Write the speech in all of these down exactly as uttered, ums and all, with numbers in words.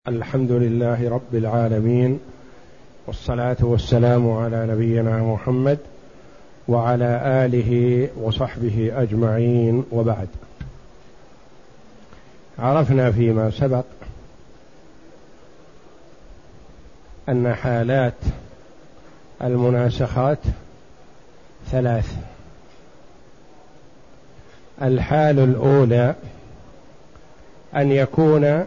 الحمد لله رب العالمين، والصلاة والسلام على نبينا محمد وعلى آله وصحبه أجمعين، وبعد. عرفنا فيما سبق أن حالات المناسخات ثلاث. الحال الأولى أن يكون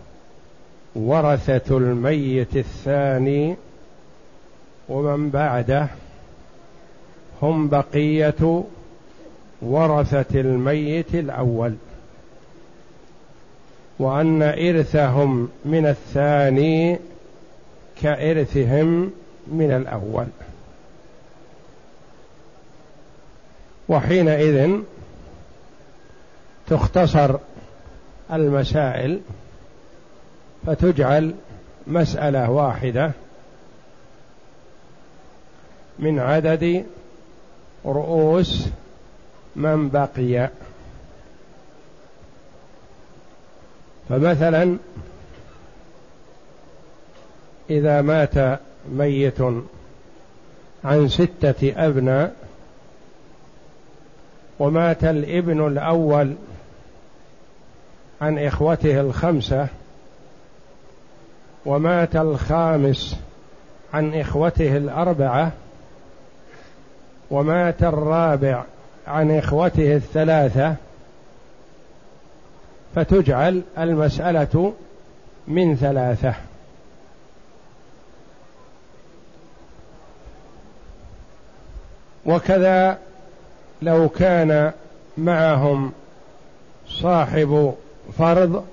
ورثة الميت الثاني ومن بعده هم بقية ورثة الميت الأول، وأن إرثهم من الثاني كإرثهم من الأول، وحينئذ تختصر المسائل فتجعل مسألة واحدة من عدد رؤوس من بقي. فمثلا إذا مات ميت عن ستة أبناء ومات الابن الأول عن إخوته الخمسة ومات الخامس عن إخوته الأربعة ومات الرابع عن إخوته الثلاثة، فتجعل المسألة من ثلاثة. وكذا لو كان معهم صاحب فرض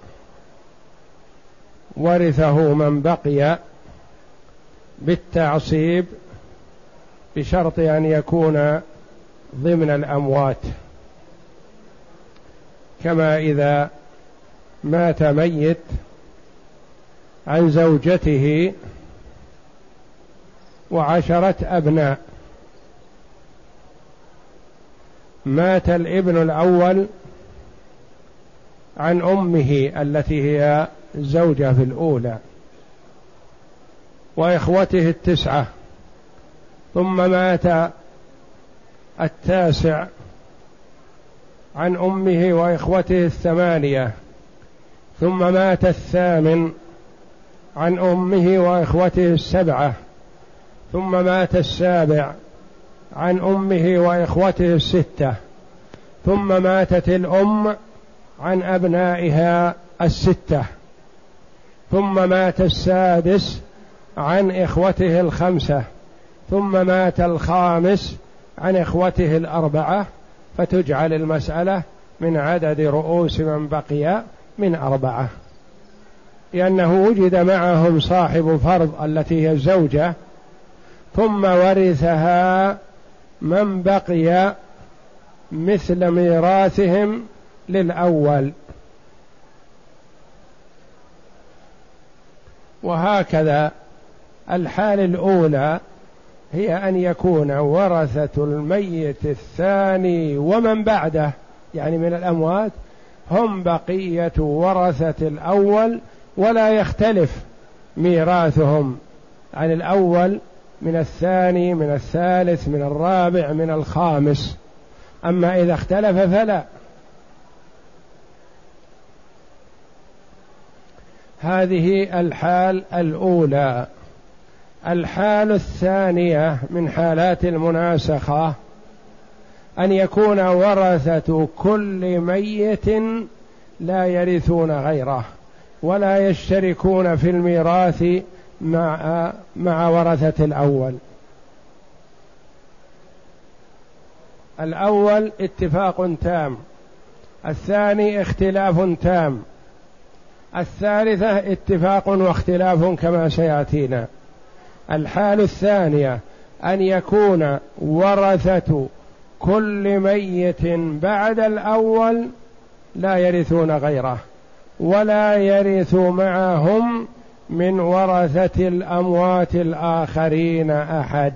ورثه من بقي بالتعصيب بشرط أن يكون ضمن الأموات، كما إذا مات ميت عن زوجته وعشرة أبناء، مات الابن الأول عن أمه التي هي زوجة في الأولى وإخوته التسعة، ثم مات التاسع عن أمه وإخوته الثمانية، ثم مات الثامن عن أمه وإخوته السبعة، ثم مات السابع عن أمه وإخوته الستة، ثم ماتت الأم عن أبنائها الستة، ثم مات السادس عن إخوته الخمسة، ثم مات الخامس عن إخوته الأربعة، فتجعل المسألة من عدد رؤوس من بقي من أربعة، لأنه وجد معهم صاحب فرض التي هي الزوجة، ثم ورثها من بقي مثل ميراثهم للأول. وهكذا الحال الأولى هي أن يكون ورثة الميت الثاني ومن بعده، يعني من الأموات، هم بقية ورثة الأول، ولا يختلف ميراثهم عن الأول من الثاني من الثالث من الرابع من الخامس. أما إذا اختلف فلا. هذه الحال الأولى. الحال الثانية من حالات المناسخة أن يكون ورثة كل ميت لا يرثون غيره ولا يشتركون في الميراث مع مع ورثة الأول. الأول اتفاق تام، الثاني اختلاف تام، الثالثة اتفاق واختلاف كما سيأتينا. الحال الثانية أن يكون ورثة كل ميت بعد الأول لا يرثون غيره ولا يرث معهم من ورثة الأموات الآخرين أحد،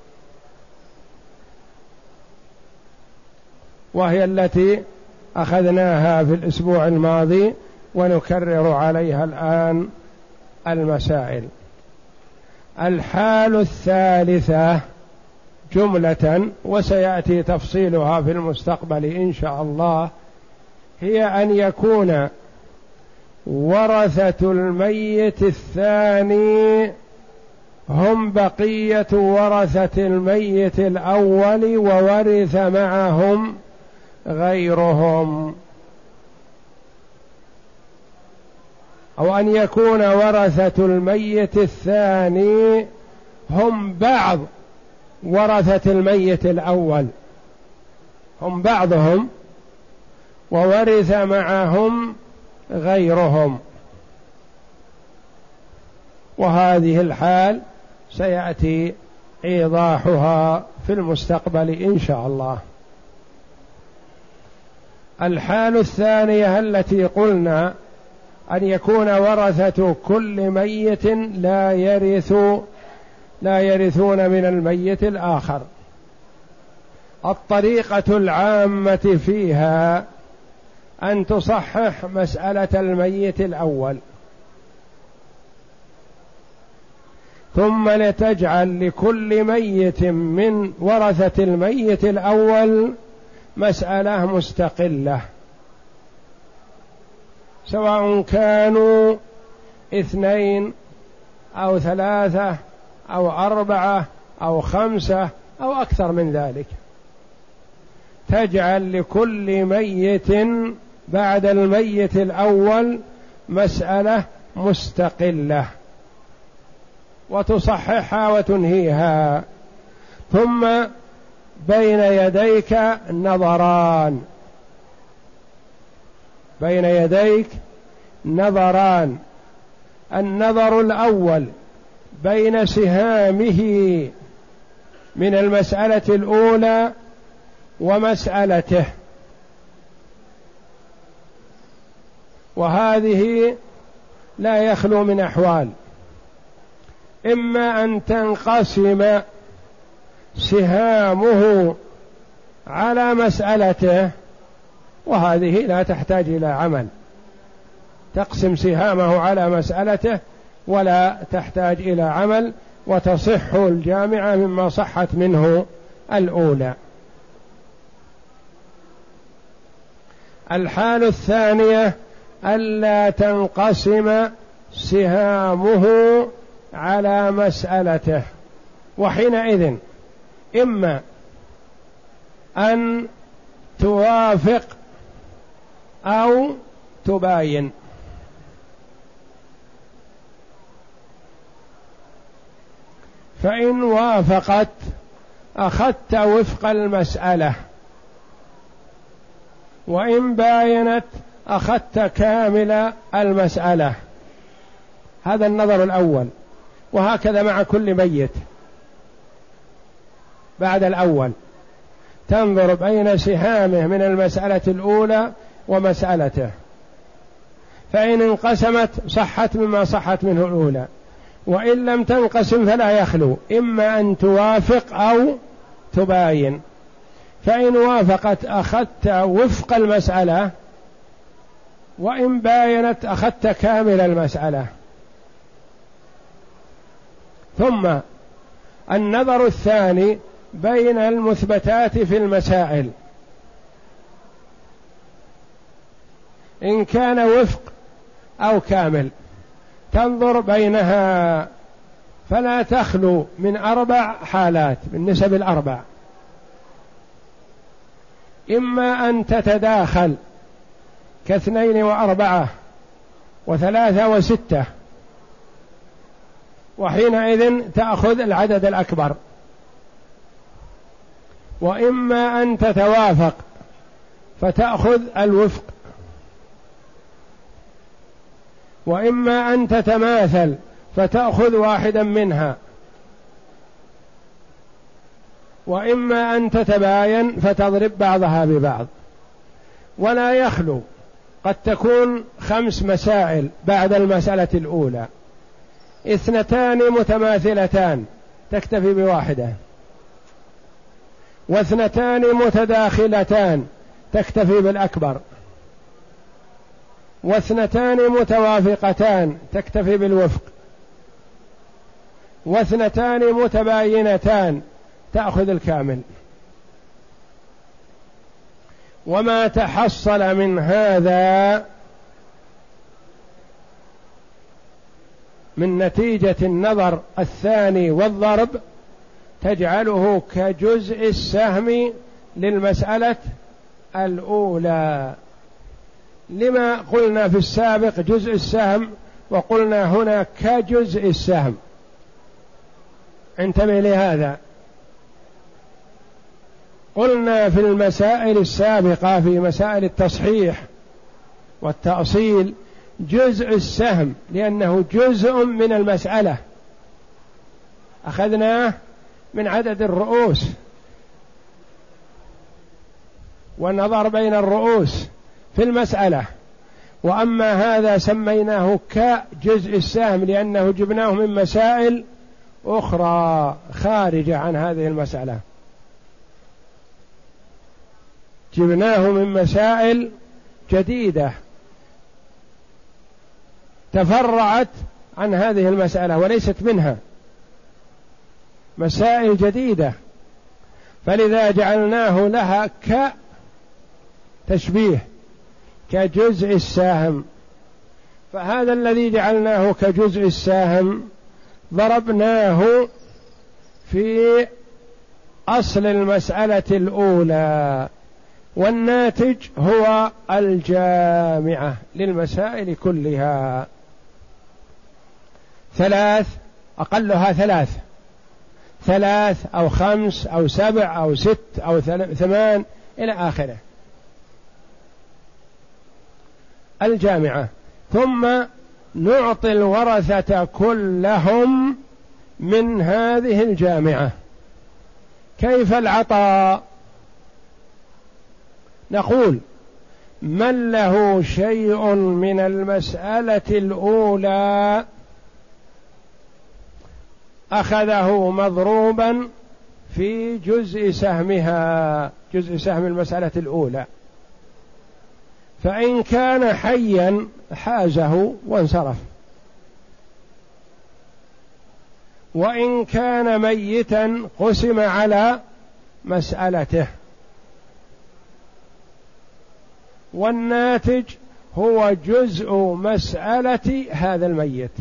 وهي التي أخذناها في الأسبوع الماضي ونكرر عليها الآن المسائل. الحال الثالثة جملة وسيأتي تفصيلها في المستقبل إن شاء الله، هي أن يكون ورثة الميت الثاني هم بقية ورثة الميت الأول وورث معهم غيرهم، أو أن يكون ورثة الميت الثاني هم بعض ورثة الميت الأول، هم بعضهم وورث معهم غيرهم. وهذه الحال سيأتي إيضاحها في المستقبل إن شاء الله. الحال الثانية التي قلنا أن يكون ورثة كل ميت لا يرث لا يرثون من الميت الآخر. الطريقة العامة فيها أن تصحح مسألة الميت الأول، ثم لتجعل لكل ميت من ورثة الميت الأول مسألة مستقلة، سواء كانوا اثنين أو ثلاثة أو أربعة أو خمسة أو أكثر من ذلك. تجعل لكل ميت بعد الميت الأول مسألة مستقلة وتصححها وتنهيها. ثم بين يديك نظران بين يديك نظران النظر الأول بين سهامه من المسألة الأولى ومسألته، وهذه لا يخلو من أحوال: إما أن تنقسم سهامه على مسألته، وهذه لا تحتاج إلى عمل، تقسم سهامه على مسألته ولا تحتاج إلى عمل، وتصح الجامعة مما صحت منه الأولى. الحال الثانية ألا تنقسم سهامه على مسألته، وحينئذ إما أن توافق أو تباين. فإن وافقت أخذت وفق المسألة، وإن باينت أخذت كامل المسألة. هذا النظر الأول، وهكذا مع كل ميت بعد الأول تنظر بين سهامه من المسألة الأولى ومسألته، فإن انقسمت صحت مما صحت منه الأولى، وإن لم تنقسم فلا يخلو إما أن توافق أو تباين. فإن وافقت أخذت وفق المسألة، وإن باينت أخذت كامل المسألة. ثم النظر الثاني بين المثبتات في المسائل، إن كان وفق أو كامل تنظر بينها، فلا تخلو من أربع حالات بالنسب الأربع: إما أن تتداخل كاثنين وأربعة وثلاثة وستة، وحينئذ تأخذ العدد الأكبر، وإما أن تتوافق فتأخذ الوفق، وإما أن تتماثل فتأخذ واحدا منها، وإما أن تتباين فتضرب بعضها ببعض. ولا يخلو قد تكون خمس مسائل بعد المسألة الأولى، اثنتان متماثلتان تكتفي بواحدة، واثنتان متداخلتان تكتفي بالأكبر، واثنتان متوافقتان تكتفي بالوفق، واثنتان متباينتان تأخذ الكامل. وما تحصل من هذا من نتيجة النظر الثاني والضرب تجعله كجزء السهم للمسألة الأولى. لما قلنا في السابق جزء السهم وقلنا هنا كجزء السهم؟ انتبه لهذا. قلنا في المسائل السابقة في مسائل التصحيح والتأصيل جزء السهم لأنه جزء من المسألة، أخذناه من عدد الرؤوس والنظر بين الرؤوس في المسألة. وأما هذا سميناه كجزء السهم لأنه جبناه من مسائل أخرى خارجة عن هذه المسألة، جبناه من مسائل جديدة تفرعت عن هذه المسألة وليست منها، مسائل جديدة، فلذا جعلناه لها كتشبيه كجزء السهم. فهذا الذي جعلناه كجزء السهم ضربناه في أصل المسألة الأولى، والناتج هو الجامعة للمسائل كلها. ثلاث أقلها ثلاث ثلاث أو خمس أو سبع أو ست أو ثمان إلى آخره، الجامعة. ثم نعطي الورثة كلهم من هذه الجامعة. كيف العطاء؟ نقول من له شيء من المسألة الأولى أخذه مضروبا في جزء سهمها، جزء سهم المسألة الأولى، فإن كان حيا حازه وانصرف، وإن كان ميتا قسم على مسألته، والناتج هو جزء مسألة هذا الميت.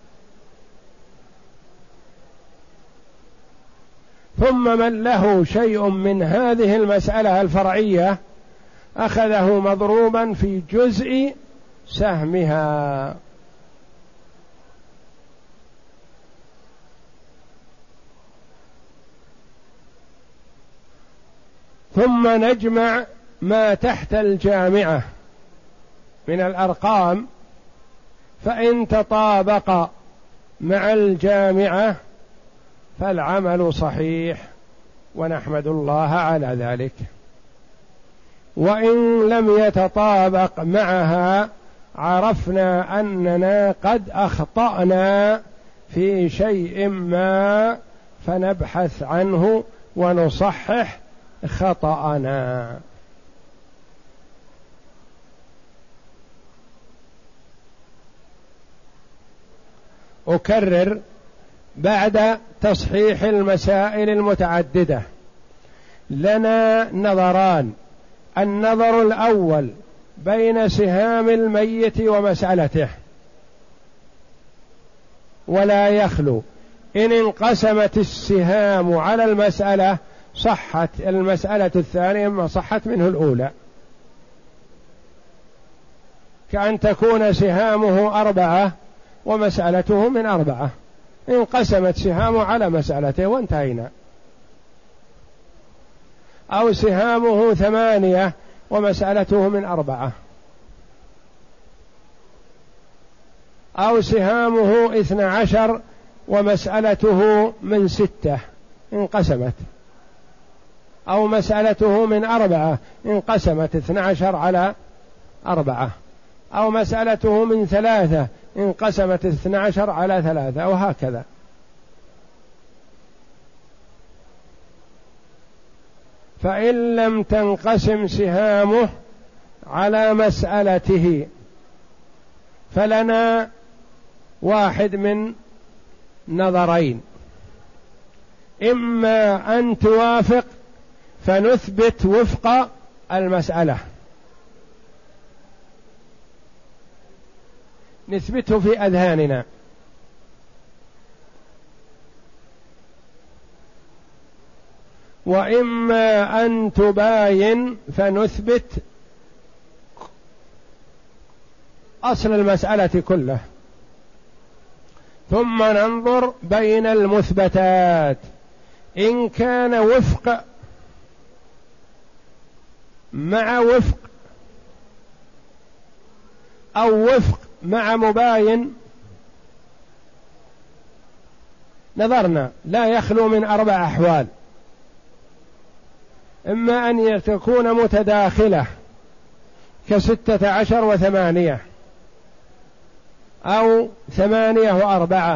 ثم من له شيء من هذه المسألة الفرعية أخذه مضروبا في جزء سهمها. ثم نجمع ما تحت الجامعة من الأرقام، فإن تطابق مع الجامعة فالعمل صحيح ونحمد الله على ذلك، وإن لم يتطابق معها عرفنا أننا قد أخطأنا في شيء ما فنبحث عنه ونصحح خطأنا. أكرر بعد تصحيح المسائل المتعددة لنا نظران: النظر الأول بين سهام الميت ومسألته، ولا يخلو إن انقسمت السهام على المسألة صحت المسألة الثانية ما صحت منه الأولى، كأن تكون سهامه أربعة ومسألته من أربعة، انقسمت سهامه على مسألته وانتهينا. أو سهامه ثمانية ومسألته من أربعة، أو سهامه اثنى عشر ومسألته من ستة انقسمت، أو مسألته من أربعة انقسمت اثنى عشر على أربعة، أو مسألته من ثلاثة انقسمت اثنى عشر على ثلاثة، أو هكذا. فإن لم تنقسم سهامه على مسألته فلنا واحد من نظرين: إما أن توافق فنثبت وفق المسألة، نثبته في أذهاننا، وإما أن تباين فنثبت أصل المسألة كله، ثم ننظر بين المثبتات، إن كان وفق مع وفق أو وفق مع مباين نظرنا، لا يخلو من أربع أحوال: إما أن تكون متداخلة كستة عشر وثمانية، أو ثمانية وأربعة،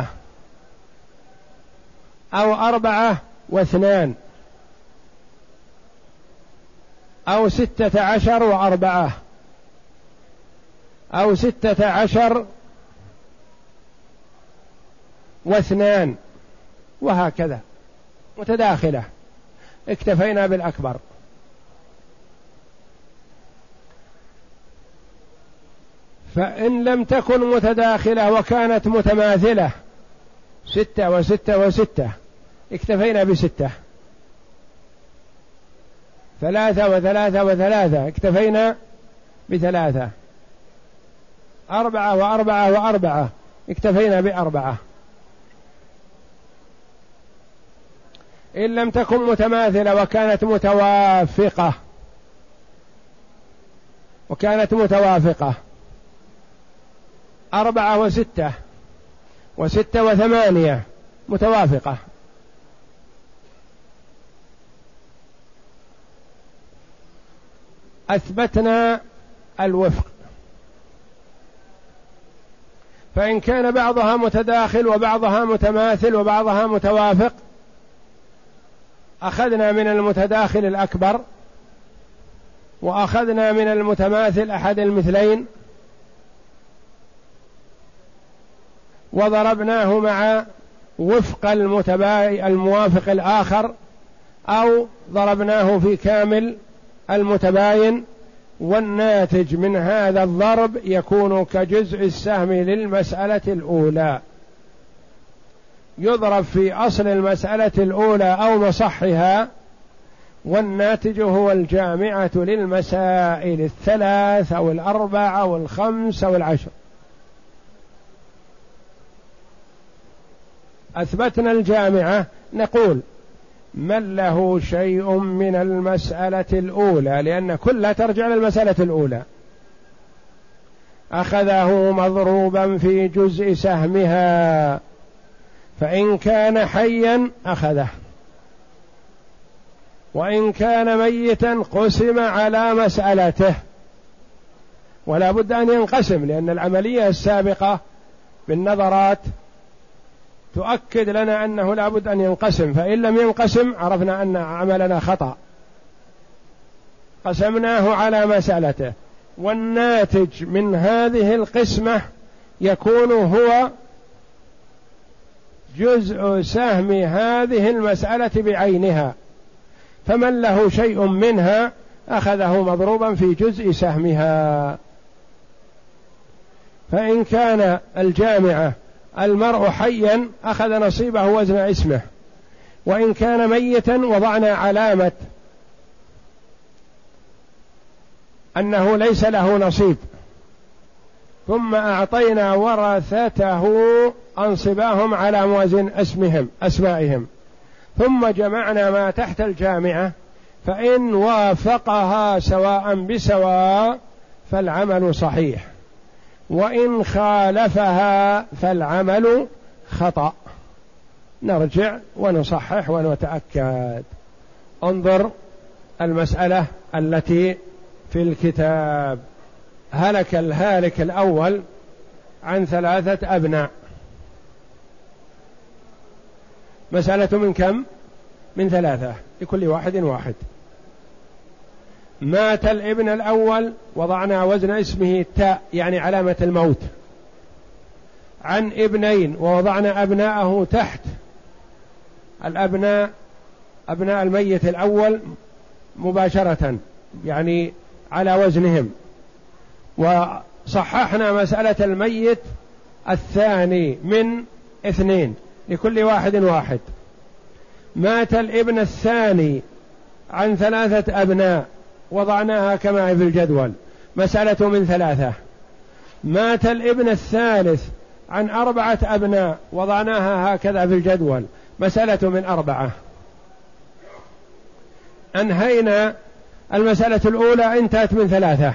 أو أربعة واثنان، أو ستة عشر وأربعة، أو ستة عشر واثنان، وهكذا متداخلة، اكتفينا بالأكبر. فإن لم تكن متداخلة وكانت متماثلة ستة وستة وستة اكتفينا بستة، ثلاثة وثلاثة وثلاثة اكتفينا بثلاثة، أربعة وأربعة وأربعة اكتفينا بأربعة. إن لم تكن متماثلة وكانت متوافقة وكانت متوافقة أربعة وستة وستة وثمانية متوافقة، أثبتنا الوفق. فإن كان بعضها متداخل وبعضها متماثل وبعضها متوافق أخذنا من المتداخل الأكبر، وأخذنا من المتماثل أحد المثلين، وضربناه مع وفق المتباين الموافق الآخر، أو ضربناه في كامل المتباين، والناتج من هذا الضرب يكون كجزء السهم للمسألة الأولى، يضرب في أصل المسألة الأولى أو مصحها، والناتج هو الجامعة للمسائل الثلاث أو الأربع أو الخمس أو العشر. أثبتنا الجامعة، نقول من له شيء من المسألة الأولى، لأن كلها ترجع للمسألة الأولى، أخذه مضروبا في جزء سهمها، فإن كان حيا أخذه، وإن كان ميتا قسم على مسألته، ولا بد أن ينقسم، لأن العملية السابقة بالنظرات تؤكد لنا أنه لا بد أن ينقسم، فإن لم ينقسم عرفنا أن عملنا خطأ. قسمناه على مسألته، والناتج من هذه القسمة يكون هو جزء سهم هذه المسألة بعينها، فمن له شيء منها أخذه مضروبا في جزء سهمها. فإن كان الجامعة المرء حيا أخذ نصيبه وزن اسمه، وإن كان ميتا وضعنا علامة أنه ليس له نصيب، ثم أعطينا ورثته أنصباهم على موازين اسمهم أسمائهم، ثم جمعنا ما تحت الجامعة، فإن وافقها سواء بسواء فالعمل صحيح، وإن خالفها فالعمل خطأ. نرجع ونصحح ونتأكد. انظر المسألة التي في الكتاب: هلك الهالك الأول عن ثلاثة أبناء. مسألة من كم؟ من ثلاثة، لكل واحد واحد. مات الابن الأول، وضعنا وزن اسمه تاء يعني علامة الموت، عن ابنين ووضعنا أبناءه تحت الأبناء أبناء الميت الأول مباشرة، يعني على وزنهم. وصححنا مسألة الميت الثاني من اثنين لكل واحد واحد. مات الابن الثاني عن ثلاثة أبناء، وضعناها كما في الجدول، مسألة من ثلاثة. مات الابن الثالث عن أربعة أبناء، وضعناها هكذا في الجدول، مسألة من أربعة. أنهينا المسألة الأولى، انتهت من ثلاثة،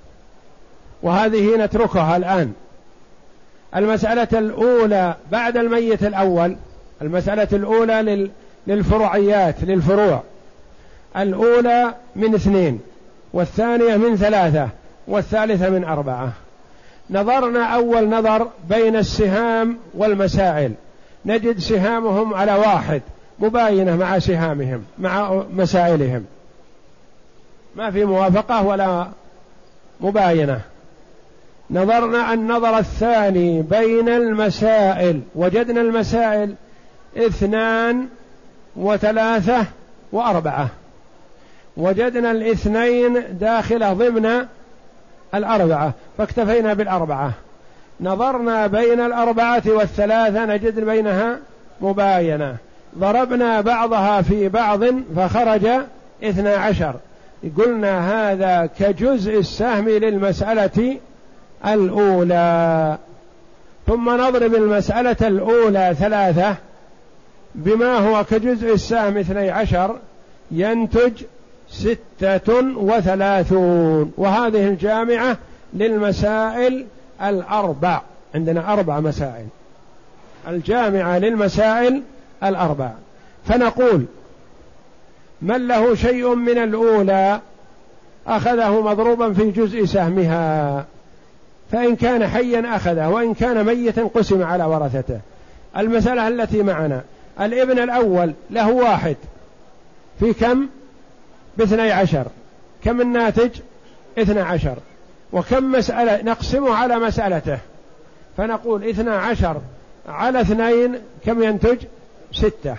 وهذه نتركها الآن. المسألة الأولى بعد الميت الأول، المسألة الأولى للفروعيات للفروع، الأولى من اثنين، والثانية من ثلاثة، والثالثة من أربعة. نظرنا أول نظر بين السهام والمسائل، نجد سهامهم على واحد مباينة مع سهامهم مع مسائلهم، ما في موافقة ولا مباينة. نظرنا النظر الثاني بين المسائل، وجدنا المسائل اثنان وثلاثة وأربعة، وجدنا الاثنين داخلة ضمن الأربعة فاكتفينا بالأربعة. نظرنا بين الأربعة والثلاثة نجد بينها مباينة، ضربنا بعضها في بعض فخرج اثنا عشر، قلنا هذا كجزء السهم للمسألة الأولى. ثم نضرب المسألة الأولى ثلاثة بما هو كجزء السهم اثني عشر، ينتج ستة وثلاثون، وهذه الجامعة للمسائل الأربع. عندنا أربع مسائل، الجامعة للمسائل الأربع. فنقول من له شيء من الأولى أخذه مضروبا في جزء سهمها، فإن كان حيا أخذه، وإن كان ميتا قسم على ورثته. المسألة التي معنا، الابن الأول له واحد في كم؟ باثني عشر. كم الناتج؟ اثنى عشر. وكم مسألة نقسمه على مسألته؟ فنقول اثنى عشر على اثنين كم ينتج؟ ستة.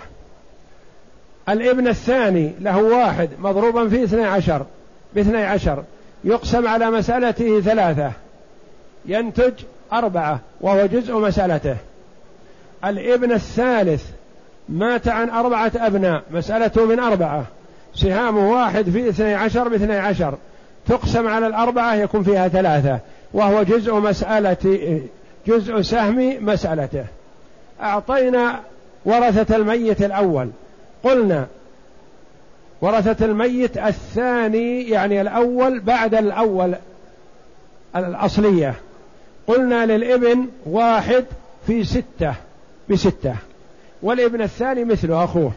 الابن الثاني له واحد مضروبا في اثني عشر باثني عشر، يقسم على مسألته ثلاثة، ينتج أربعة، وهو جزء مسألته. الابن الثالث مات عن أربعة أبناء، مسألته من أربعة، سهام واحد في اثني عشر باثني عشر، تقسم على الأربعة يكون فيها ثلاثة، وهو جزء مسألة جزء سهم مسألته. أعطينا ورثة الميت الأول، قلنا ورثة الميت الثاني يعني الأول بعد الأول الأصلية، قلنا للابن واحد في ستة بستة، والابن الثاني مثله أخوه.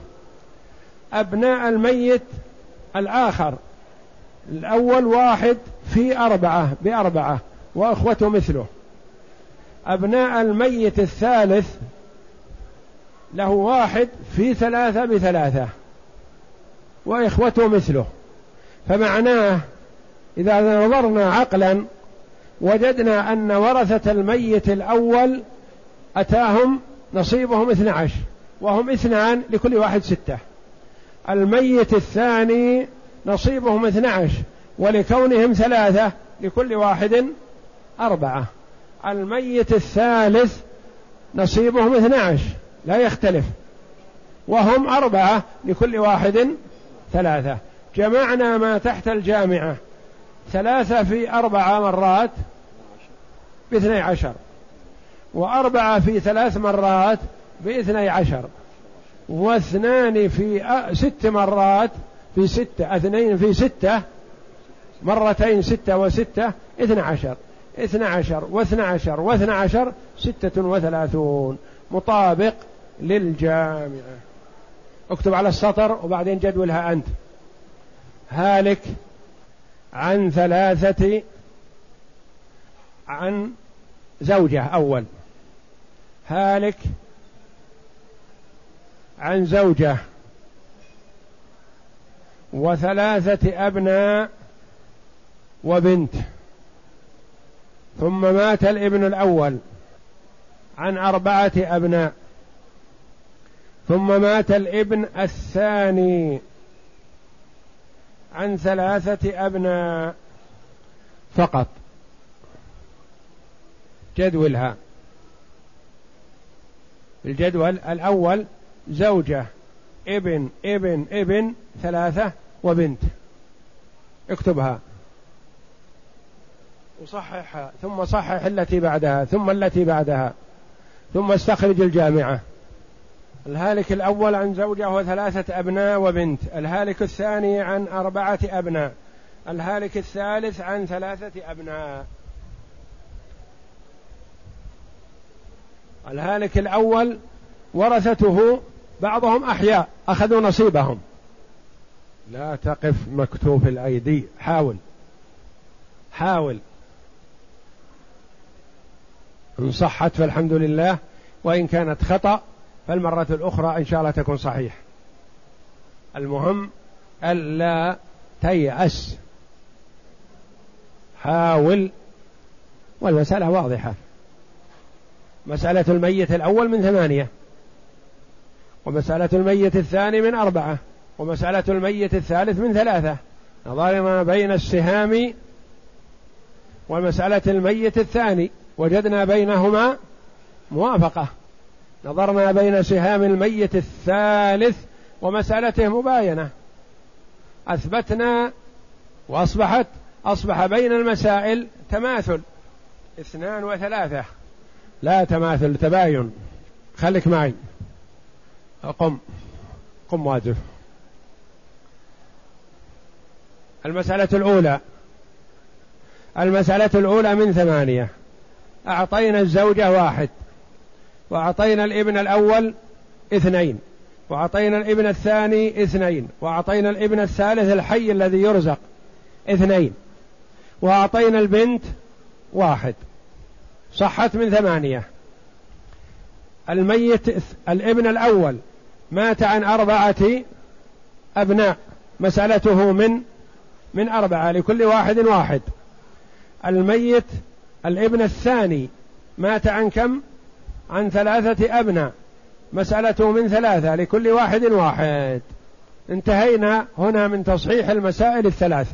أبناء الميت الآخر الأول واحد في أربعة بأربعة، وأخوته مثله. أبناء الميت الثالث له واحد في ثلاثة بثلاثة، وإخوته مثله. فمعناه إذا نظرنا عقلا وجدنا أن ورثة الميت الأول أتاهم نصيبهم اثنى عشر، وهم اثنان لكل واحد ستة. الميت الثاني نصيبهم اثنى عشر، ولكونهم ثلاثة لكل واحد أربعة. الميت الثالث نصيبهم اثنى عشر لا يختلف، وهم أربعة لكل واحد ثلاثة. جمعنا ما تحت الجامعة، ثلاثة في أربعة مرات باثني عشر، وأربعة في ثلاث مرات باثني عشر، واثنان في ست مرات في ستة، اثنين في ستة مرتين ستة وستة اثنى عشر، اثنى عشر واثنى عشر واثنى عشر ستة وثلاثون، مطابق للجامعة. اكتب على السطر وبعدين جدولها أنت. هالك عن ثلاثة، عن زوجة أول، هالك عن زوجة وثلاثة أبناء وبنت، ثم مات الابن الأول عن أربعة أبناء، ثم مات الابن الثاني عن ثلاثة أبناء فقط. جدولها الجدول الأول زوجة ابن ابن ابن ثلاثة وبنت، اكتبها وصححها، ثم صحح التي بعدها ثم التي بعدها، ثم استخرج الجامعة. الهالك الأول عن زوجة وثلاثة أبناء وبنت، الهالك الثاني عن أربعة أبناء، الهالك الثالث عن ثلاثة أبناء. الهالك الأول ورثته بعضهم أحياء أخذوا نصيبهم. لا تقف مكتوف الأيدي، حاول حاول إن صحت فالحمد لله، وإن كانت خطأ فالمرة الأخرى إن شاء الله تكون صحيح. المهم ألا تيأس، حاول، والمسألة واضحة. مسألة الميت الأول من ثمانية، ومسألة الميت الثاني من أربعة، ومسألة الميت الثالث من ثلاثة. نظرنا بين السهام ومسألة الميت الثاني وجدنا بينهما موافقة. نظرنا بين سهام الميت الثالث ومسألته مباينة، أثبتنا وأصبحت أصبح بين المسائل تماثل، اثنان وثلاثة، لا تماثل، تباين. خليك معي، قم قم واجب. المسألة الأولى المسألة الأولى من ثمانية، أعطينا الزوجة واحد، وأعطينا الابن الأول اثنين، وأعطينا الابن الثاني اثنين، وأعطينا الابن الثالث الحي الذي يرزق اثنين، وأعطينا البنت واحد. صحت من ثمانية. الميت الابن الأول مات عن أربعة أبناء، مسألته من من أربعة، لكل واحد واحد. الميت الابن الثاني مات عن كم؟ عن ثلاثة أبناء، مسألته من ثلاثة، لكل واحد واحد. انتهينا هنا من تصحيح المسائل الثلاث.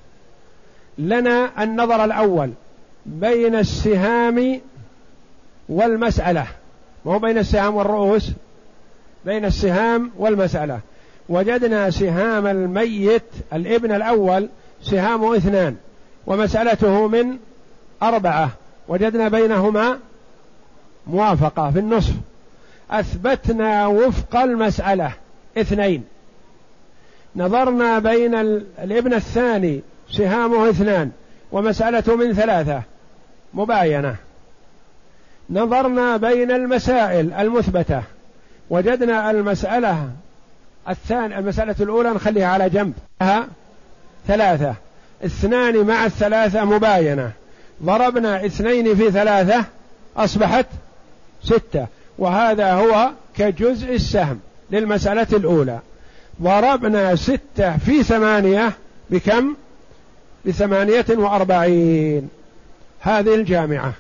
لنا النظر الأول بين السهام والمسألة، مو بين السهام والرؤوس، بين السهام والمسألة. وجدنا سهام الميت الابن الأول سهامه اثنان، ومسألته من أربعة، وجدنا بينهما موافقة في النصف. أثبتنا وفق المسألة اثنين. نظرنا بين الابن الثاني سهامه اثنان ومسألته من ثلاثة، مباينة. نظرنا بين المسائل المثبتة، وجدنا المسألة الثانية المسألة الأولى نخليها على جنب، ثلاثة، اثنان مع الثلاثة مباينة. ضربنا اثنين في ثلاثة أصبحت ستة، وهذا هو كجزء السهم للمسألة الأولى. ضربنا ستة في ثمانية بكم؟ بثمانية وأربعين. هذه الجامعة،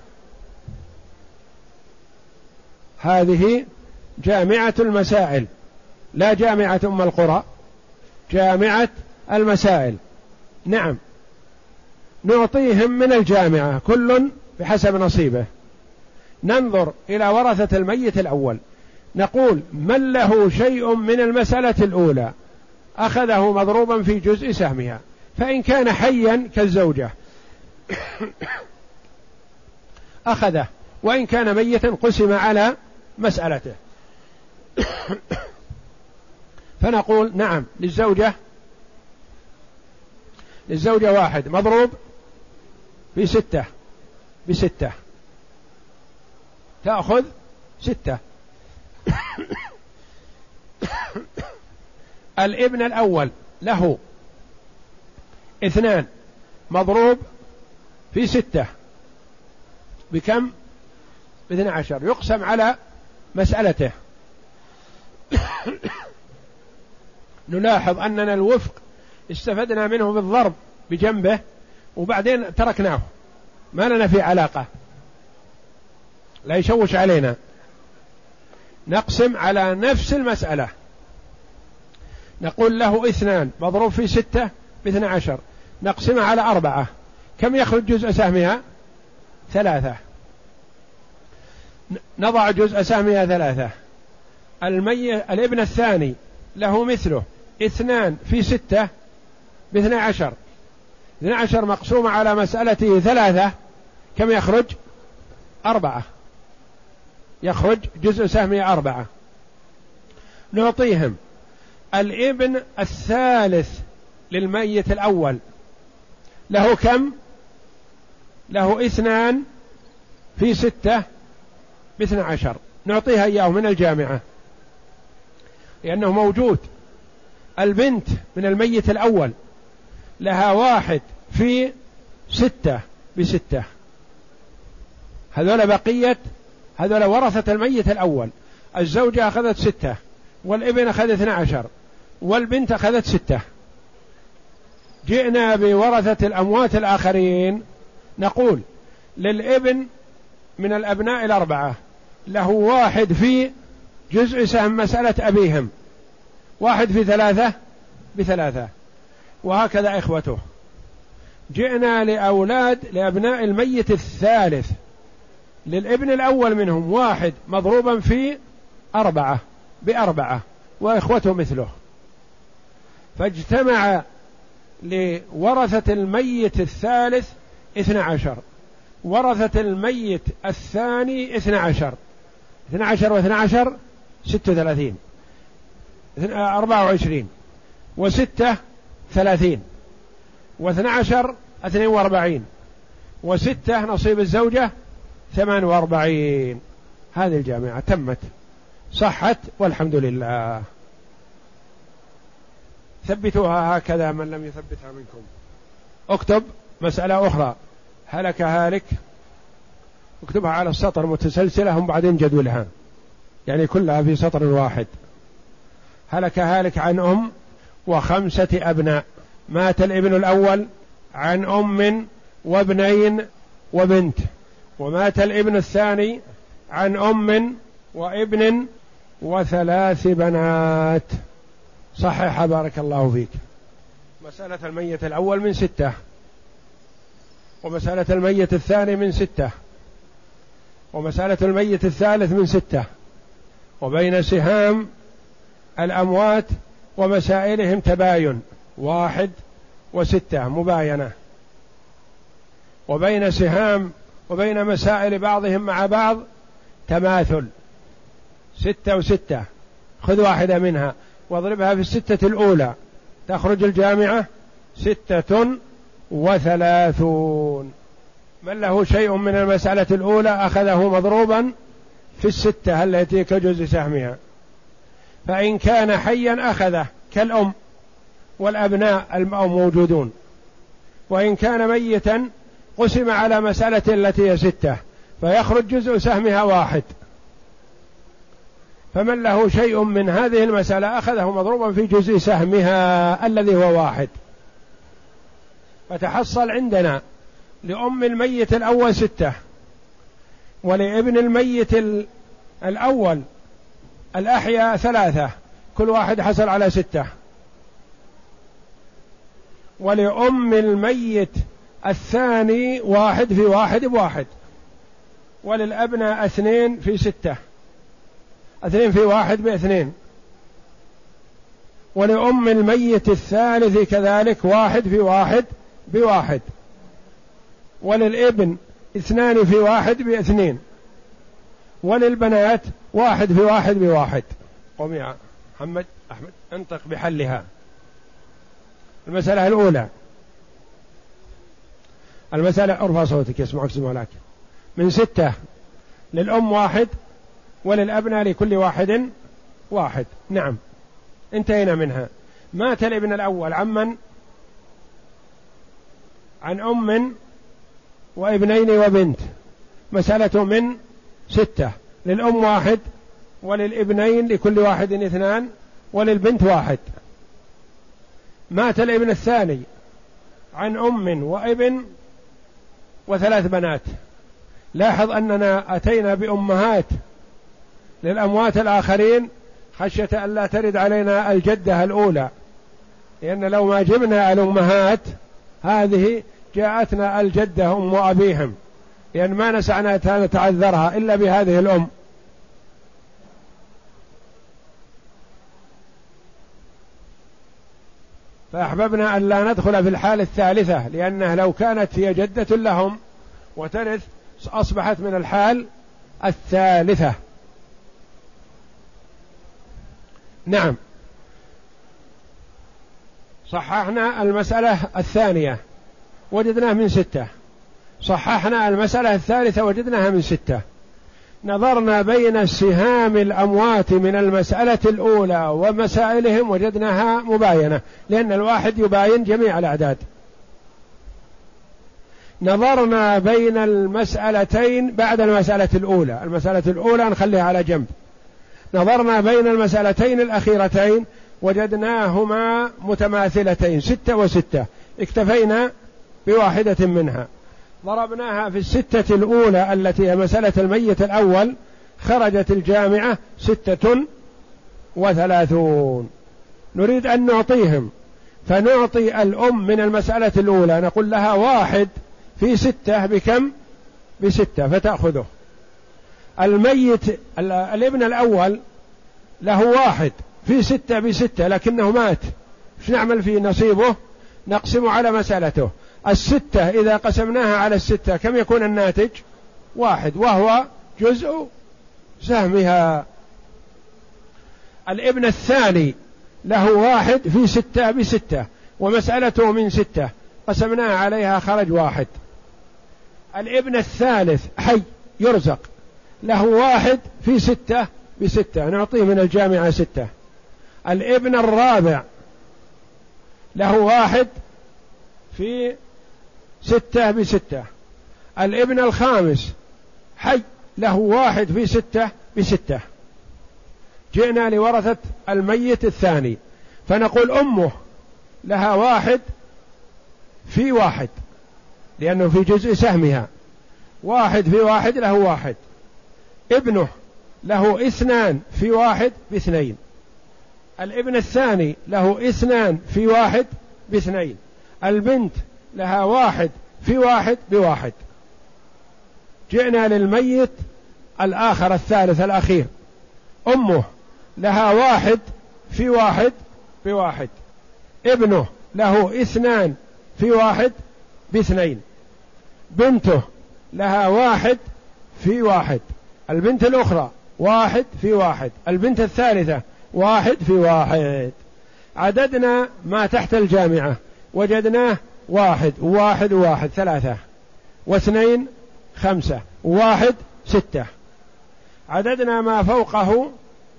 هذه جامعة المسائل، لا جامعة أم القرى، جامعة المسائل. نعم، نعطيهم من الجامعة كل بحسب نصيبه. ننظر إلى ورثة الميت الأول، نقول من له شيء من المسألة الأولى أخذه مضروبا في جزء سهمها، فإن كان حيا كالزوجة أخذه، وإن كان ميتا قسم على مسألته. فنقول نعم للزوجة للزوجة واحد مضروب في ستة بستة، تأخذ ستة. الابن الأول له اثنان مضروب في ستة بكم؟ باثنى عشر، يقسم على مسألته. نلاحظ أننا الوفق استفدنا منه بالضرب بجنبه، وبعدين تركناه، ما لنا في علاقة، لا يشوش علينا. نقسم على نفس المسألة، نقول له اثنان مضروب في ستة باثنى عشر، نقسمها على أربعة، كم يخرج جزء سهمها؟ ثلاثة. نضع جزء سهمها ثلاثة. المي... الابن الثاني له مثله اثنان في ستة باثنى عشر، اثنى عشر مقسومة على مسألته ثلاثة، كم يخرج؟ أربعة، يخرج جزء سهمه أربعة. نعطيهم الابن الثالث للميت الأول له كم؟ له اثنان في ستة باثنى عشر، نعطيها إياه من الجامعة لأنه موجود. البنت من الميت الأول لها واحد في ستة بستة، هذول بقية، هذول ورثة الميت الأول. الزوجة أخذت ستة، والابن أخذ اثنى عشر، والبنت أخذت ستة. جئنا بورثة الأموات الآخرين نقول للابن من الأبناء الأربعة له واحد في جزء سهم مسألة أبيهم، واحد في ثلاثة بثلاثة، وهكذا إخوته. جئنا لأولاد لأبناء الميت الثالث للابن الأول منهم واحد مضروبا في أربعة بأربعة، وإخوته مثله، فاجتمع لورثة الميت الثالث اثنى عشر، ورثة الميت الثاني اثنى عشر، اثنى عشر واثنى عشر ستة وثلاثين، أربعة وعشرين، وستة ثلاثين، واثنى عشر اثنين واربعين، وستة نصيب الزوجة ثمان واربعين. هذه الجامعة تمت، صحت والحمد لله. ثبتوها هكذا من لم يثبتها منكم. اكتب مسألة أخرى، هلك هالك، اكتبها على السطر متسلسلة، هم بعدين جدولها يعني كلها في سطر واحد. هلك هالك عن أم وخمسة أبناء، مات الابن الأول عن أم وابنين وبنت، ومات الابن الثاني عن أم وابن وثلاث بنات. صحح بارك الله فيك. مسألة الميت الأول من ستة، ومسألة الميت الثاني من ستة، ومسألة الميت الثالث من ستة، وبين سهام الأموات ومسائلهم تباين، واحد وستة مباينة، وبين سهام وبين مسائل بعضهم مع بعض تماثل، ستة وستة، خذ واحدة منها واضربها في الستة الأولى تخرج الجامعة ستة وثلاثون. من له شيء من المسألة الأولى أخذه مضروبا في الستة التي كجزء سهمها، فإن كان حيا أخذه كالأم والأبناء الموجودون، وإن كان ميتا قسم على مسألة التي هي ستة فيخرج جزء سهمها واحد، فمن له شيء من هذه المسألة أخذه مضروبا في جزء سهمها الذي هو واحد. فتحصل عندنا لأم الميت الأول ستة، ولابن الميت الأول الأحياء ثلاثة، كل واحد حصل على ستة، ولأم الميت الثاني واحد في واحد بواحد، وللأبناء اثنين في ستة، اثنين في واحد باثنين، ولأم الميت الثالث كذلك واحد في واحد بواحد، وللابن اثنان في واحد باثنين، وللبنات واحد في واحد بواحد. قم يا محمد أحمد انطق بحلها. المسألة الأولى، المسألة ارفع صوتك يسمعك سمعك. من ستة للأم واحد، وللأبناء لكل واحد واحد. نعم انتهينا منها. مات الابن الأول عمن عن أم وابنين وبنت، مسألة من ستة، للأم واحد، وللابنين لكل واحد اثنان، وللبنت واحد. مات الابن الثاني عن أم وابن وثلاث بنات. لاحظ أننا أتينا بأمهات للأموات الآخرين خشية أن لا ترد علينا الجدة الأولى، لأن لو ما جبنا الأمهات هذه جاءتنا الجدة أم أبيهم، لأن ما نسعنا نتعذرها إلا بهذه الأم. فأحببنا أن لا ندخل في الحالة الثالثة، لأنها لو كانت هي جدة لهم وترث أصبحت من الحال الثالثة. نعم. صححنا المسألة الثانية وجدناه من ستة، صححنا المسألة الثالثة وجدناها من ستة. نظرنا بين سهام الأموات من المسألة الأولى ومسائلهم وجدناها مباينة، لأن الواحد يباين جميع الأعداد. نظرنا بين المسألتين بعد المسألة الأولى، المسألة الأولى نخليها على جنب. نظرنا بين المسألتين الأخيرتين وجدناهما متماثلتين، ستة وستة، اكتفينا بواحدة منها. ضربناها في الستة الأولى التي هي مسألة الميت الأول، خرجت الجامعة ستة وثلاثون. نريد أن نعطيهم، فنعطي الأم من المسألة الأولى نقول لها واحد في ستة بكم؟ بستة، فتأخذه. الميت الابن الأول له واحد في ستة بستة لكنه مات، ايش نعمل في نصيبه؟ نقسم على مسألته. الستة إذا قسمناها على الستة كم يكون الناتج؟ واحد، وهو جزء سهمها. الابن الثاني له واحد في ستة بستة ومسألته من ستة، قسمناها عليها خرج واحد. الابن الثالث حي يرزق، له واحد في ستة بستة، نعطيه من الجامعة ستة. الابن الرابع له واحد في ستة بستة. الابن الخامس حي له واحد في ستة بستة. جئنا لورثة الميت الثاني فنقول أمه لها واحد في واحد، لأنه في جزء سهمها، واحد في واحد له واحد. ابنه له اثنان في واحد باثنين. الابن الثاني له اثنان في واحد باثنين. البنت لها واحد في واحد بواحد. جئنا للميت الآخر الثالث الأخير، أمه لها واحد في واحد بواحد. ابنه له اثنان في واحد باثنين. بنته لها واحد في واحد. البنت الأخرى واحد في واحد. البنت الثالثة واحد في واحد. عددنا ما تحت الجامعة وجدناه واحد وواحد وواحد ثلاثة، واثنين خمسة، وواحد ستة. عددنا ما فوقه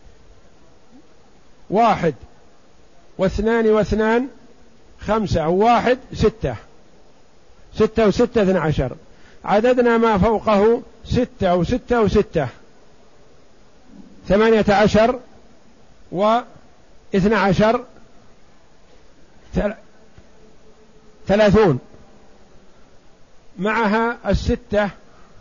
واحد واثنان واثنان خمسة، وواحد ستة، ستة وستة اثنى عشر. عددنا ما فوقه ستة وستة وستة ثمانية عشر واثنى عشر ثلاثون، معها الستة،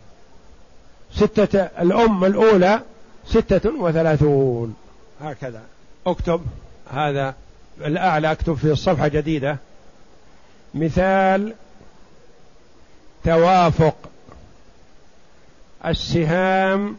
ستة الأم الأولى ستة وثلاثون. هكذا اكتب هذا الأعلى، اكتب في الصفحة جديدة مثال توافق السهام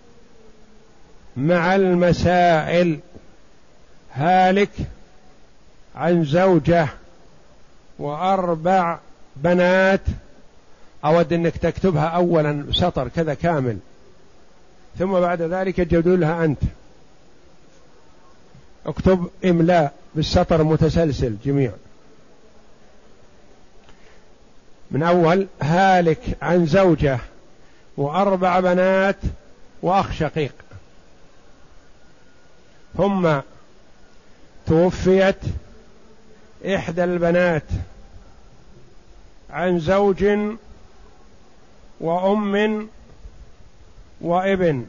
مع المسائل. هالك عن زوجة وأربع بنات. أود أنك تكتبها أولا سطر كذا كامل، ثم بعد ذلك تجدوا لها أنت. اكتب إملاء بالسطر متسلسل جميع. من أول: هالك عن زوجة وأربع بنات وأخ شقيق، ثم توفيت إحدى البنات عن زوج وأم وابن،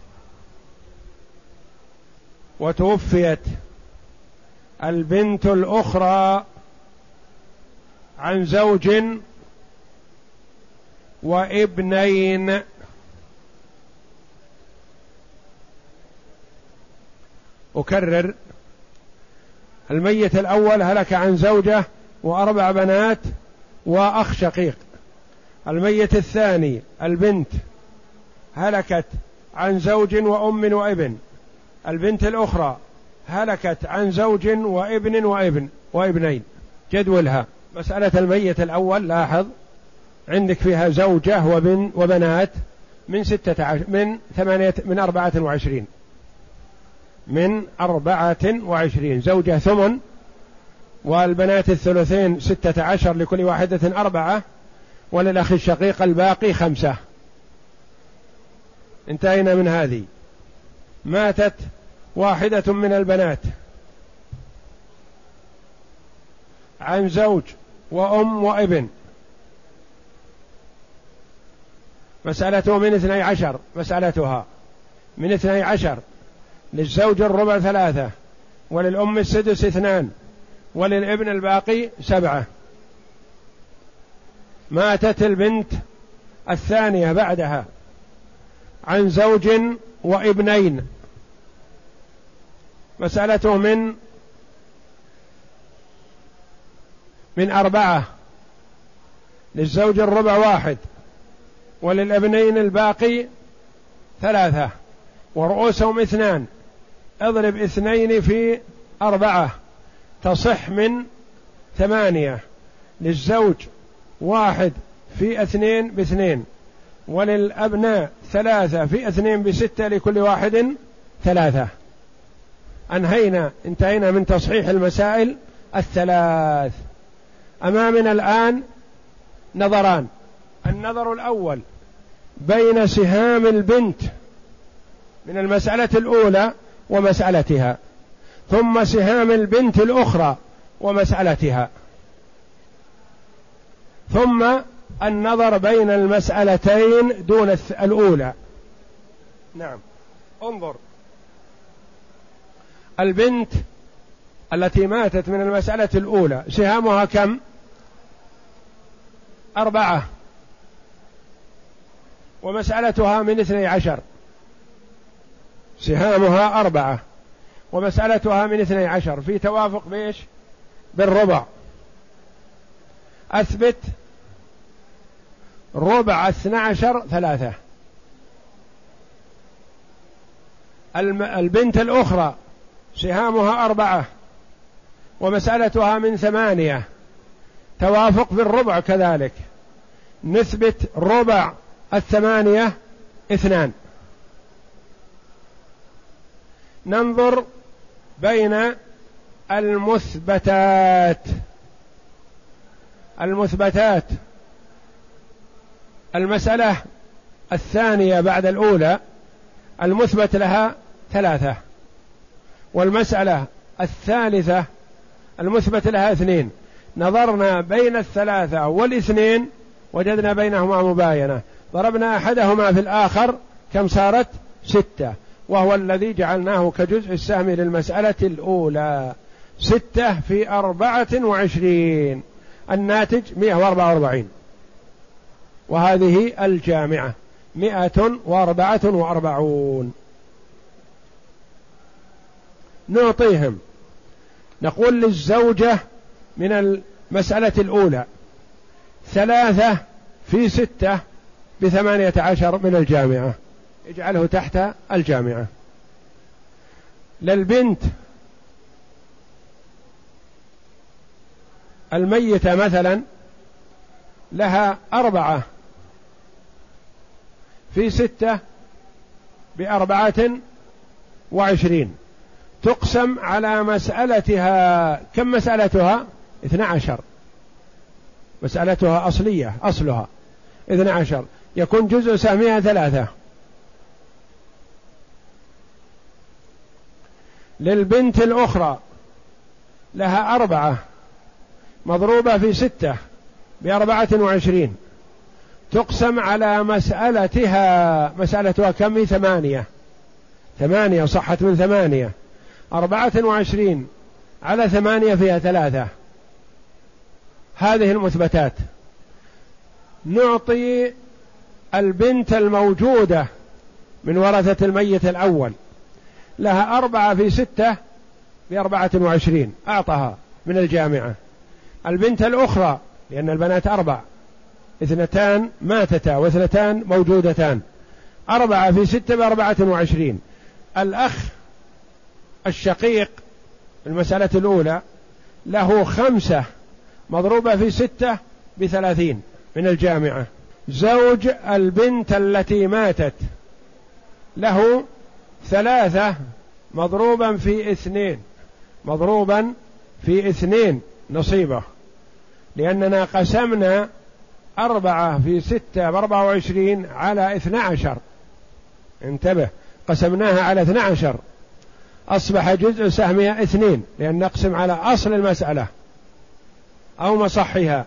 وتوفيت البنت الأخرى عن زوج وابنين، أكرر: الميت الأول هلك عن زوجة وأربع بنات وأخ شقيق. الميت الثاني البنت هلكت عن زوج وأم وابن. البنت الأخرى هلكت عن زوج وابن وابن وابنين. جدولها: مسألة الميت الأول لاحظ عندك فيها زوجة وبن وبنات من ستة عشر من ثمانية من أربعة وعشرين من أربعة وعشرين زوجة ثمن، والبنات الثلثين ستة عشر لكل واحدة أربعة، وللأخ الشقيق الباقي خمسة. انتهينا من هذه. ماتت واحدة من البنات عن زوج وأم وابن، مسألته من اثني عشر، مسألتها من اثني عشر. للزوج الربع ثلاثة، وللأم السدس اثنان، وللابن الباقي سبعة. ماتت البنت الثانية بعدها عن زوج وابنين، مسألته من من أربعة. للزوج الربع واحد، وللابنين الباقي ثلاثة، ورؤوسهم اثنان. اضرب اثنين في أربعة تصح من ثمانية. للزوج واحد في اثنين باثنين، وللأبناء ثلاثة في اثنين بستة، لكل واحد ثلاثة. أنهينا انتهينا من تصحيح المسائل الثلاث. أمامنا الآن نظران: النظر الأول بين سهام البنت من المسألة الأولى ومسألتها، ثم سهام البنت الأخرى ومسألتها، ثم النظر بين المسألتين دون الأولى. نعم، انظر: البنت التي ماتت من المسألة الأولى سهامها كم؟ أربعة، ومسألتها من اثني عشر. سهامها أربعة ومسألتها من اثني عشر، في توافق بإيش؟ بالربع. أثبت ربع اثنى عشر ثلاثة. البنت الأخرى سهامها أربعة ومسألتها من ثمانية، توافق بالربع كذلك. نثبت ربع الثمانية اثنان. ننظر بين المثبتات. المثبتات المسألة الثانية بعد الأولى المثبت لها ثلاثة، والمسألة الثالثة المثبت لها اثنين. نظرنا بين الثلاثة والاثنين وجدنا بينهما مباينة، ضربنا أحدهما في الآخر، كم صارت؟ ستة، وهو الذي جعلناه كجزء السهم للمسألة الأولى. ستة في أربعة وعشرين، الناتج مئة وأربعة وأربعين، وهذه الجامعة مئة وأربعة وأربعون. نعطيهم، نقول للزوجة من المسألة الأولى ثلاثة في ستة بثمانية عشر من الجامعة، اجعله تحت الجامعة. للبنت الميتة مثلا لها أربعة في ستة بأربعة وعشرين، تقسم على مسألتها. كم مسألتها؟ اثنى عشر. مسألتها أصلية، أصلها اثنى عشر، يكون جزء سهمها ثلاثة. للبنت الأخرى لها أربعة مضروبة في ستة بأربعة وعشرين، تقسم على مسألتها. مسألتها كم؟ ثمانية. ثمانية صحت من ثمانية. أربعة وعشرين على ثمانية فيها ثلاثة. هذه المثبتات. نعطي البنت الموجودة من ورثة الميت الأول لها أربعة في ستة بأربعة وعشرين أعطها من الجامعة. البنت الأخرى لأن البنات أربع، اثنتان ماتتا واثنتان موجودتان، أربعة في ستة بأربعة وعشرين. الأخ الشقيق المسألة الأولى له خمسة مضروبة في ستة بثلاثين من الجامعة. زوج البنت التي ماتت له ثلاثة مضروبا في اثنين، مضروبا في اثنين نصيبه، لأننا قسمنا أربعة في ستة بأربعة وعشرين على اثنى عشر. انتبه، قسمناها على اثنى عشر، أصبح جزء سهمها اثنين، لأن نقسم على أصل المسألة أو مصحها.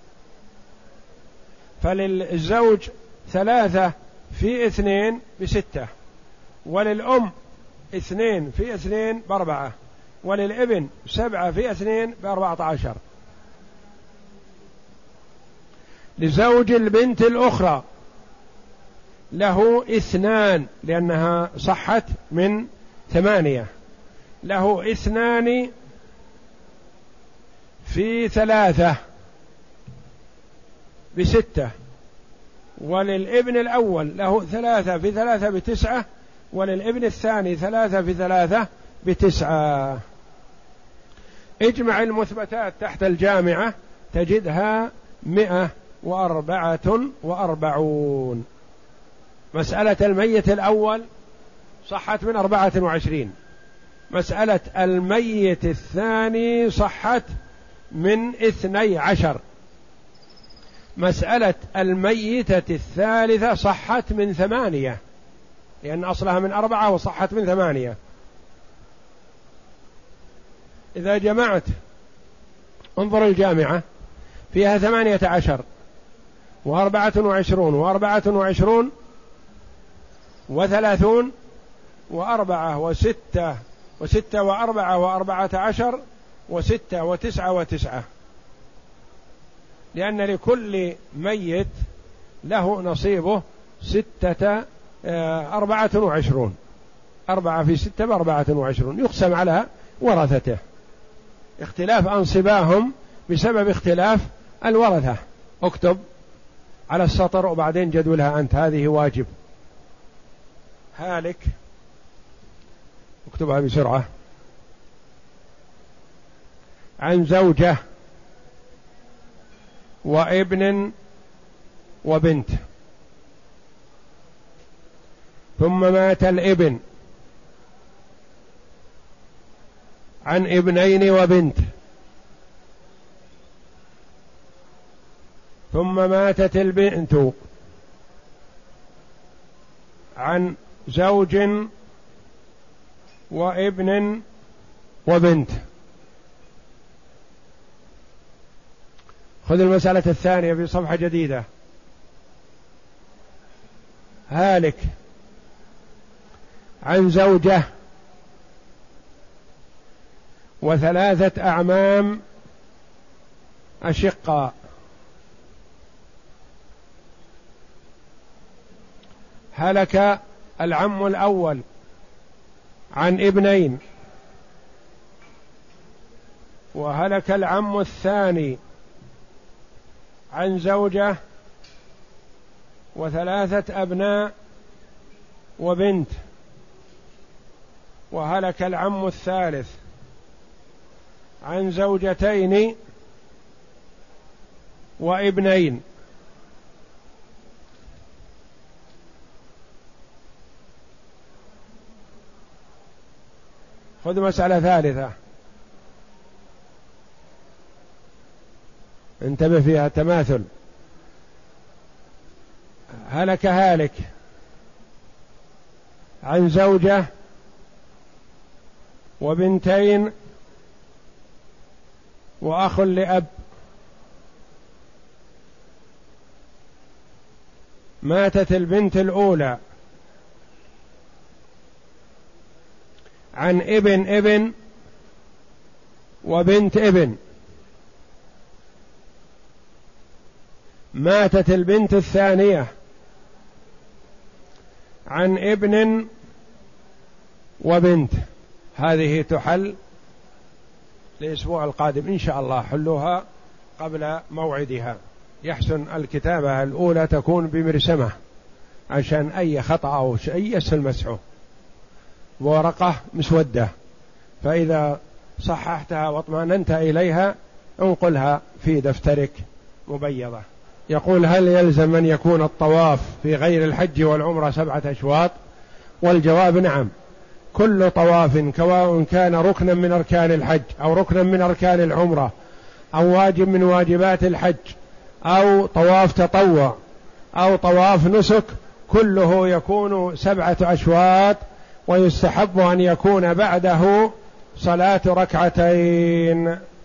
فللزوج ثلاثة في اثنين بستة، وللأم اثنين في اثنين بأربعة، وللابن سبعة في اثنين بأربعة عشر. لزوج البنت الأخرى له اثنان لأنها صحت من ثمانية، له اثنان في ثلاثة بستة، وللابن الأول له ثلاثة في ثلاثة بتسعة، وللابن الثاني ثلاثة في ثلاثة بتسعة. اجمع المثبتات تحت الجامعة تجدها مئة وأربعة وأربعون. مسألة الميت الأول صحت من أربعة وعشرين، مسألة الميت الثاني صحت من اثني عشر، مسألة الميتة الثالثة صحت من ثمانية، لأن أصلها من أربعة وصحت من ثمانية. إذا جمعت انظر الجامعة فيها ثمانية عشر وأربعة وعشرون وأربعة وعشرون وثلاثون وأربعة وستة وستة وأربعة وأربعة عشر وستة وتسعة وتسعة، لأن لكل ميت له نصيبه ستة أربعة وعشرون، أربعة في ستة بأربعة وعشرون، يقسم على ورثته. اختلاف أنصباهم بسبب اختلاف الورثة. اكتب على السطر وبعدين جدولها أنت، هذه واجب. هالك اكتبها بسرعة. عن زوجة وابن وبنت، ثم مات الابن، عن ابنين وبنت، ثم ماتت البنت، عن زوج وابن وبنت. خذ المسألة الثانية في صفحة جديدة. هالك عن زوجة وثلاثة أعمام أشقاء، هلك العم الأول عن ابنين، وهلك العم الثاني عن زوجة وثلاثة أبناء وبنت، وهلك العم الثالث عن زوجتين وابنين. خذ مسألة ثالثة انتبه فيها تماثل. هلك هالك عن زوجة وبنتين وأخ لأب، ماتت البنت الأولى، عن ابن ابن وبنت ابن، ماتت البنت الثانية، عن ابن وبنت، هذه تحل الأسبوع القادم إن شاء الله، حلوها قبل موعدها. يحسن الكتابة الأولى تكون بمرسمة عشان أي خطأ أو شيء يسهل مسحه، ورقة مسودة، فإذا صححتها واطمأننت إليها انقلها في دفترك مبيضة. يقول: هل يلزم أن يكون الطواف في غير الحج والعمرة سبعة أشواط؟ والجواب نعم، كل طواف سواء كان ركنا من أركان الحج أو ركنا من أركان العمرة أو واجب من واجبات الحج أو طواف تطوع أو طواف نسك، كله يكون سبعة أشواط، ويستحب أن يكون بعده صلاة ركعتين.